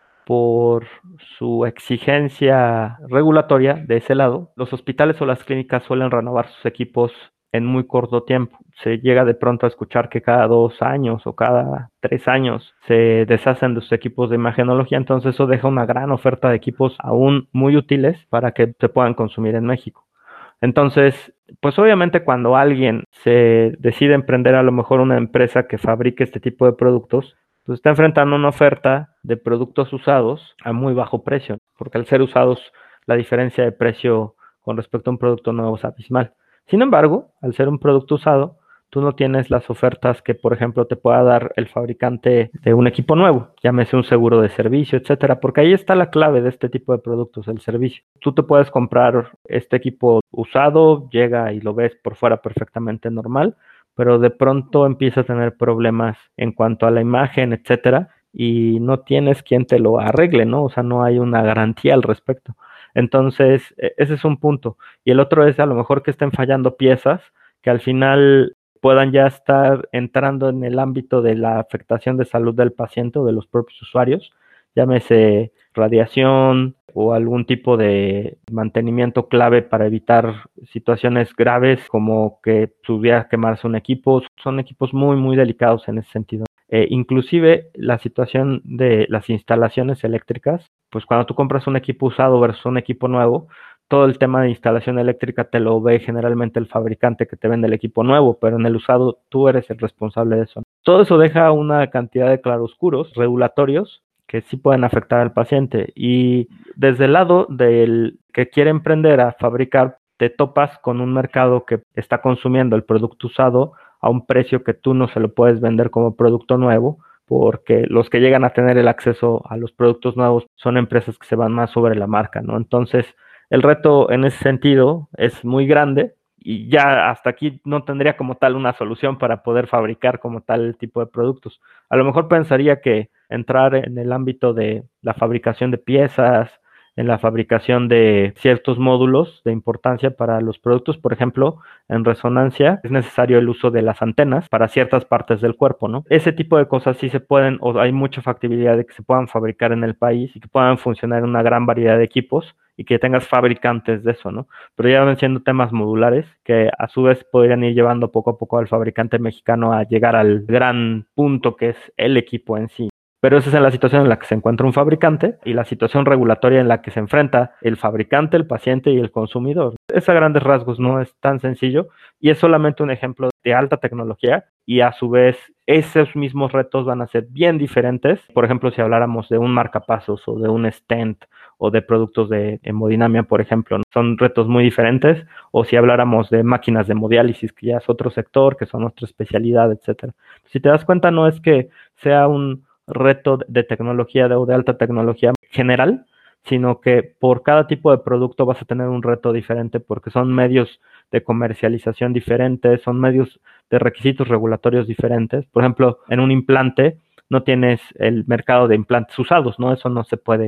[SPEAKER 2] por su exigencia regulatoria de ese lado, los hospitales o las clínicas suelen renovar sus equipos en muy corto tiempo. Se llega de pronto a escuchar que cada 2 años o cada 3 años se deshacen de sus equipos de imagenología, entonces eso deja una gran oferta de equipos aún muy útiles para que se puedan consumir en México. Entonces, pues obviamente cuando alguien se decide emprender a lo mejor una empresa que fabrique este tipo de productos, pues está enfrentando una oferta de productos usados a muy bajo precio, porque al ser usados la diferencia de precio con respecto a un producto nuevo es abismal. Sin embargo, al ser un producto usado, tú no tienes las ofertas que, por ejemplo, te pueda dar el fabricante de un equipo nuevo, llámese un seguro de servicio, etcétera, porque ahí está la clave de este tipo de productos, el servicio. Tú te puedes comprar este equipo usado, llega y lo ves por fuera perfectamente normal, pero de pronto empieza a tener problemas en cuanto a la imagen, etcétera, y no tienes quien te lo arregle, ¿no? O sea, no hay una garantía al respecto. Entonces, ese es un punto. Y el otro es a lo mejor que estén fallando piezas que al final puedan ya estar entrando en el ámbito de la afectación de salud del paciente o de los propios usuarios, llámese radiación o algún tipo de mantenimiento clave para evitar situaciones graves como que pudiera quemarse un equipo. Son equipos muy, muy delicados en ese sentido. Inclusive la situación de las instalaciones eléctricas, pues cuando tú compras un equipo usado versus un equipo nuevo, todo el tema de instalación eléctrica te lo ve generalmente el fabricante que te vende el equipo nuevo, pero en el usado tú eres el responsable de eso. Todo eso deja una cantidad de claroscuros regulatorios que sí pueden afectar al paciente. Y desde el lado del que quiere emprender a fabricar, te topas con un mercado que está consumiendo el producto usado a un precio que tú no se lo puedes vender como producto nuevo, porque los que llegan a tener el acceso a los productos nuevos son empresas que se van más sobre la marca, ¿no? Entonces, el reto en ese sentido es muy grande y ya hasta aquí no tendría como tal una solución para poder fabricar como tal el tipo de productos. A lo mejor pensaría que entrar en el ámbito de la fabricación de piezas, en la fabricación de ciertos módulos de importancia para los productos, por ejemplo, en resonancia es necesario el uso de las antenas para ciertas partes del cuerpo, ¿no? Ese tipo de cosas sí se pueden, o hay mucha factibilidad de que se puedan fabricar en el país y que puedan funcionar en una gran variedad de equipos y que tengas fabricantes de eso, ¿no? Pero ya van siendo temas modulares que a su vez podrían ir llevando poco a poco al fabricante mexicano a llegar al gran punto que es el equipo en sí. Pero esa es la situación en la que se encuentra un fabricante y la situación regulatoria en la que se enfrenta el fabricante, el paciente y el consumidor. Es a grandes rasgos, no es tan sencillo y es solamente un ejemplo de alta tecnología y a su vez esos mismos retos van a ser bien diferentes. Por ejemplo, si habláramos de un marcapasos o de un stent o de productos de hemodinamia, por ejemplo, ¿no? Son retos muy diferentes. O si habláramos de máquinas de hemodiálisis, que ya es otro sector, que son otra especialidad, etcétera. Si te das cuenta, no es que sea un reto de tecnología o de alta tecnología general, sino que por cada tipo de producto vas a tener un reto diferente porque son medios de comercialización diferentes, son medios de requisitos regulatorios diferentes. Por ejemplo, en un implante no tienes el mercado de implantes usados, ¿no? Eso no se puede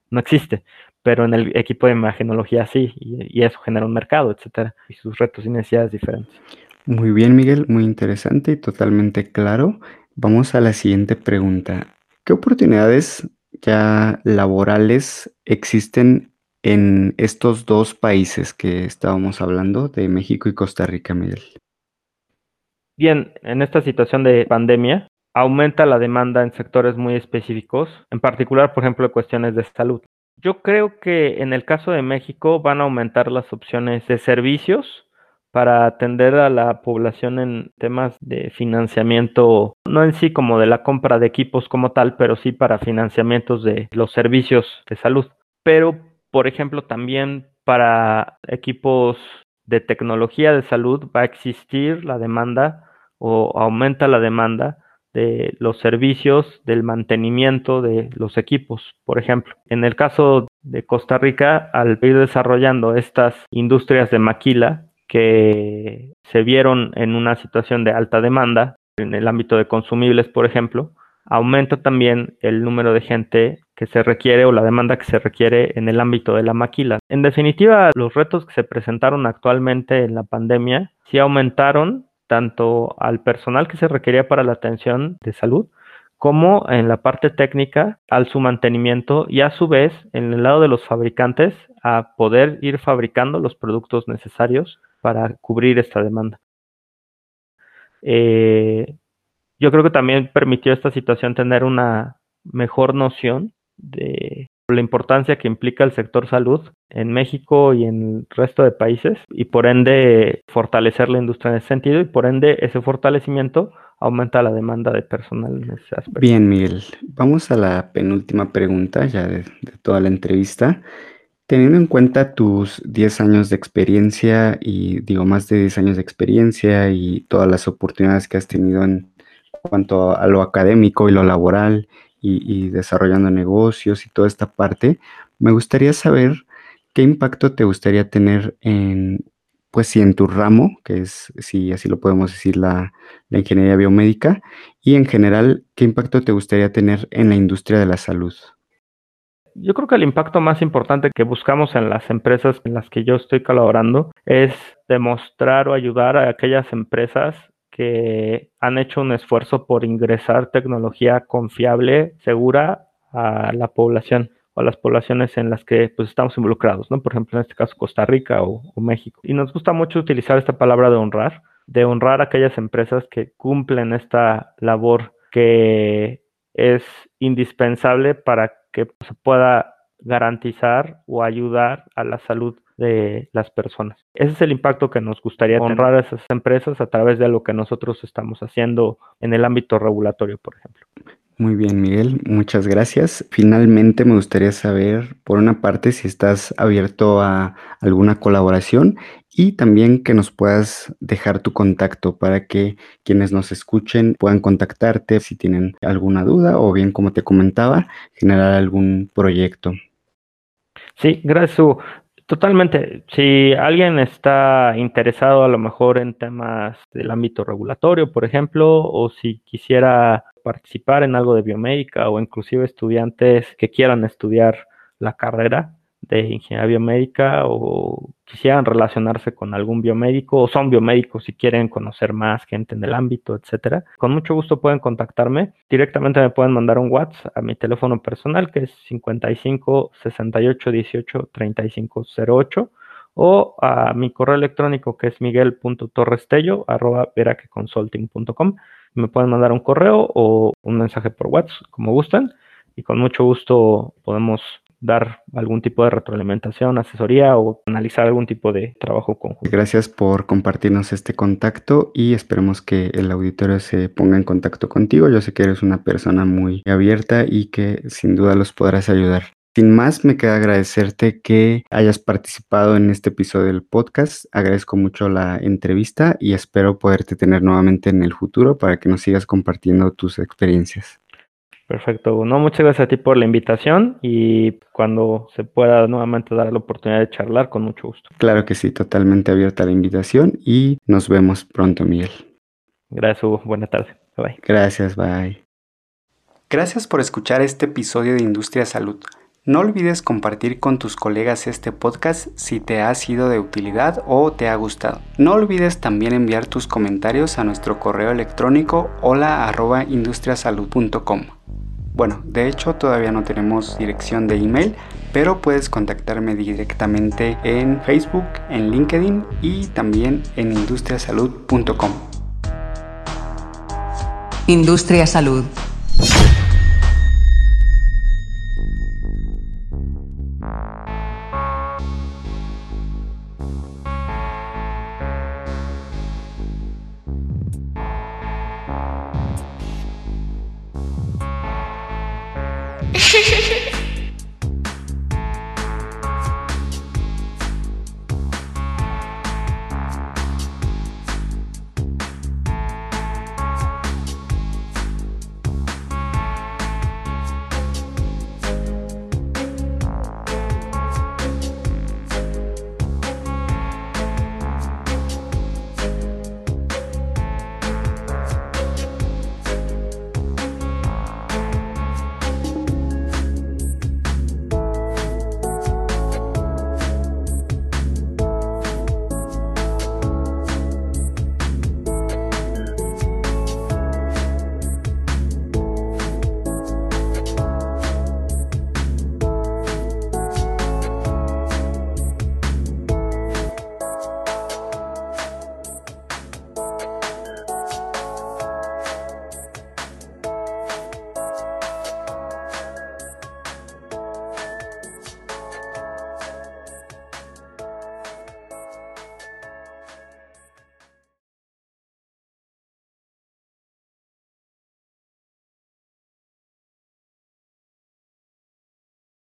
[SPEAKER 2] no existe, pero en el equipo de imagenología sí, y eso genera un mercado, etcétera, y sus retos y necesidades diferentes.
[SPEAKER 3] Muy bien, Miguel, muy interesante y totalmente claro. Vamos a la siguiente pregunta. ¿Qué oportunidades ya laborales existen en estos dos países que estábamos hablando, de México y Costa Rica, Miguel?
[SPEAKER 2] Bien, en esta situación de pandemia, aumenta la demanda en sectores muy específicos, en particular, por ejemplo, cuestiones de salud. Yo creo que en el caso de México van a aumentar las opciones de servicios para atender a la población en temas de financiamiento, no en sí como de la compra de equipos como tal, pero sí para financiamientos de los servicios de salud. Pero, por ejemplo, también para equipos de tecnología de salud va a existir la demanda o aumenta la demanda de los servicios del mantenimiento de los equipos. Por ejemplo, en el caso de Costa Rica, al ir desarrollando estas industrias de maquila que se vieron en una situación de alta demanda, en el ámbito de consumibles, por ejemplo, aumenta también el número de gente que se requiere o la demanda que se requiere en el ámbito de la maquila. En definitiva, los retos que se presentaron actualmente en la pandemia sí aumentaron tanto al personal que se requería para la atención de salud como en la parte técnica al su mantenimiento y a su vez en el lado de los fabricantes a poder ir fabricando los productos necesarios para cubrir esta demanda. Yo creo que también permitió esta situación tener una mejor noción de la importancia que implica el sector salud en México y en el resto de países y por ende fortalecer la industria en ese sentido y por ende ese fortalecimiento aumenta la demanda de personal en ese aspecto.
[SPEAKER 3] Bien, Miguel, vamos a la penúltima pregunta ya de toda la entrevista. Teniendo en cuenta tus 10 años de experiencia y digo más de 10 años de experiencia y todas las oportunidades que has tenido en cuanto a lo académico y lo laboral y desarrollando negocios y toda esta parte, me gustaría saber qué impacto te gustaría tener en, pues sí, en tu ramo, que es, si así lo podemos decir, la ingeniería biomédica, y en general, qué impacto te gustaría tener en la industria de la salud.
[SPEAKER 2] Yo creo que el impacto más importante que buscamos en las empresas en las que yo estoy colaborando es demostrar o ayudar a aquellas empresas que han hecho un esfuerzo por ingresar tecnología confiable, segura a la población o a las poblaciones en las que pues estamos involucrados, ¿no? Por ejemplo, en este caso Costa Rica o México. Y nos gusta mucho utilizar esta palabra de honrar a aquellas empresas que cumplen esta labor que es indispensable para que se pueda garantizar o ayudar a la salud de las personas. Ese es el impacto que nos gustaría honrar a esas empresas a través de lo que nosotros estamos haciendo en el ámbito regulatorio, por ejemplo.
[SPEAKER 3] Muy bien, Miguel, muchas gracias. Finalmente me gustaría saber, por una parte, si estás abierto a alguna colaboración y también que nos puedas dejar tu contacto para que quienes nos escuchen puedan contactarte si tienen alguna duda o bien, como te comentaba, generar algún proyecto.
[SPEAKER 2] Sí, gracias, Hugo. Totalmente. Si alguien está interesado a lo mejor en temas del ámbito regulatorio, por ejemplo, o si quisiera participar en algo de biomédica o inclusive estudiantes que quieran estudiar la carrera de ingeniería biomédica o quisieran relacionarse con algún biomédico o son biomédicos y quieren conocer más gente en el ámbito, etcétera, con mucho gusto pueden contactarme. Directamente me pueden mandar un WhatsApp a mi teléfono personal que es 55 68 18 35 08 o a mi correo electrónico que es miguel.torrestello@veraqueconsulting.com. Me pueden mandar un correo o un mensaje por WhatsApp, como gusten, y con mucho gusto podemos dar algún tipo de retroalimentación, asesoría o analizar algún tipo de trabajo conjunto.
[SPEAKER 3] Gracias por compartirnos este contacto y esperemos que el auditorio se ponga en contacto contigo. Yo sé que eres una persona muy abierta y que sin duda los podrás ayudar. Sin más, me queda agradecerte que hayas participado en este episodio del podcast. Agradezco mucho la entrevista y espero poderte tener nuevamente en el futuro para que nos sigas compartiendo tus experiencias.
[SPEAKER 2] Perfecto. No, muchas gracias a ti por la invitación y cuando se pueda nuevamente dar la oportunidad de charlar, con mucho gusto.
[SPEAKER 3] Claro que sí, totalmente abierta la invitación y nos vemos pronto, Miguel.
[SPEAKER 2] Gracias, Hugo. Buena tarde. Bye.
[SPEAKER 3] Gracias, bye. Gracias por escuchar este episodio de Industria Salud. No olvides compartir con tus colegas este podcast si te ha sido de utilidad o te ha gustado. No olvides también enviar tus comentarios a nuestro correo electrónico hola@industriasalud.com. Bueno, de hecho todavía no tenemos dirección de email, pero puedes contactarme directamente en Facebook, en LinkedIn y también en industriasalud.com.
[SPEAKER 1] Industria Salud.